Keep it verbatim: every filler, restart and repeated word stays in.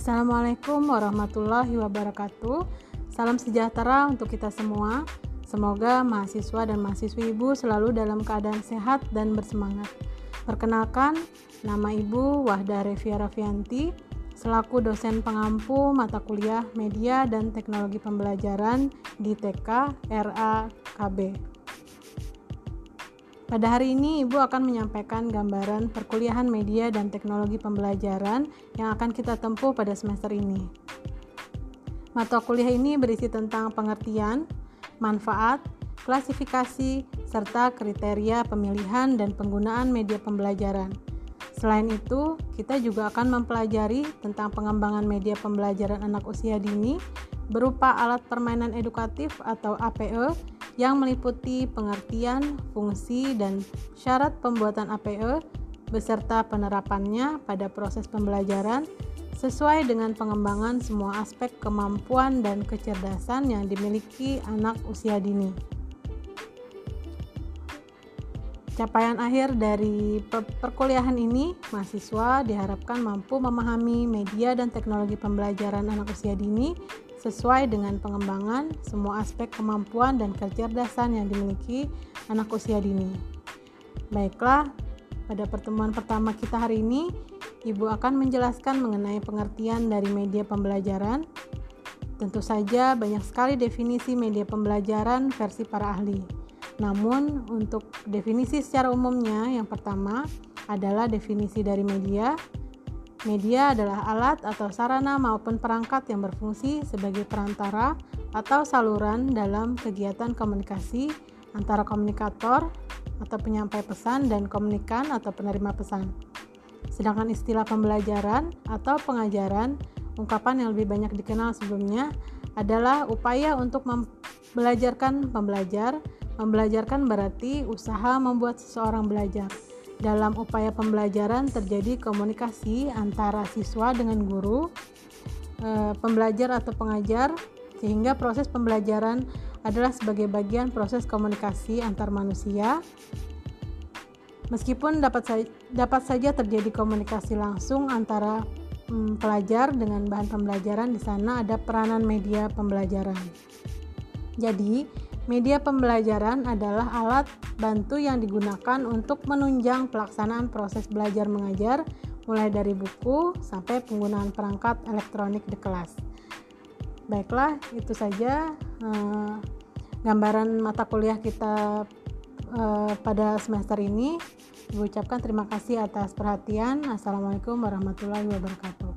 Assalamualaikum warahmatullahi wabarakatuh. Salam sejahtera untuk kita semua. Semoga mahasiswa dan mahasiswi Ibu selalu dalam keadaan sehat dan bersemangat. Perkenalkan, nama Ibu Wahda Revia Rafianti, selaku dosen pengampu mata kuliah Media dan Teknologi Pembelajaran di T K R A K B. Pada hari ini, Ibu akan menyampaikan gambaran perkuliahan media dan teknologi pembelajaran yang akan kita tempuh pada semester ini. Mata kuliah ini berisi tentang pengertian, manfaat, klasifikasi, serta kriteria pemilihan dan penggunaan media pembelajaran. Selain itu, kita juga akan mempelajari tentang pengembangan media pembelajaran anak usia dini berupa alat permainan edukatif atau A P E yang meliputi pengertian, fungsi, dan syarat pembuatan A P E beserta penerapannya pada proses pembelajaran sesuai dengan pengembangan semua aspek kemampuan dan kecerdasan yang dimiliki anak usia dini. Capaian akhir dari perkuliahan ini, mahasiswa diharapkan mampu memahami media dan teknologi pembelajaran anak usia dini sesuai dengan pengembangan semua aspek kemampuan dan kecerdasan yang dimiliki anak usia dini. Baiklah, pada pertemuan pertama kita hari ini, Ibu akan menjelaskan mengenai pengertian dari media pembelajaran. Tentu saja banyak sekali definisi media pembelajaran versi para ahli. Namun, untuk definisi secara umumnya, yang pertama adalah definisi dari media. Media adalah alat atau sarana maupun perangkat yang berfungsi sebagai perantara atau saluran dalam kegiatan komunikasi antara komunikator atau penyampai pesan dan komunikan atau penerima pesan. Sedangkan istilah pembelajaran atau pengajaran, ungkapan yang lebih banyak dikenal sebelumnya, adalah upaya untuk membelajarkan pembelajar. Membelajarkan berarti usaha membuat seseorang belajar. Dalam upaya pembelajaran terjadi komunikasi antara siswa dengan guru, e, pembelajar atau pengajar, sehingga proses pembelajaran adalah sebagai bagian proses komunikasi antar manusia. Meskipun dapat, sa- dapat saja terjadi komunikasi langsung antara mm, pelajar dengan bahan pembelajaran, di sana ada peranan media pembelajaran. Jadi, media pembelajaran adalah alat bantu yang digunakan untuk menunjang pelaksanaan proses belajar mengajar, mulai dari buku sampai penggunaan perangkat elektronik di kelas. Baiklah, itu saja eh, gambaran mata kuliah kita eh, pada semester ini. Ibu ucapkan terima kasih atas perhatian. Assalamualaikum warahmatullahi wabarakatuh.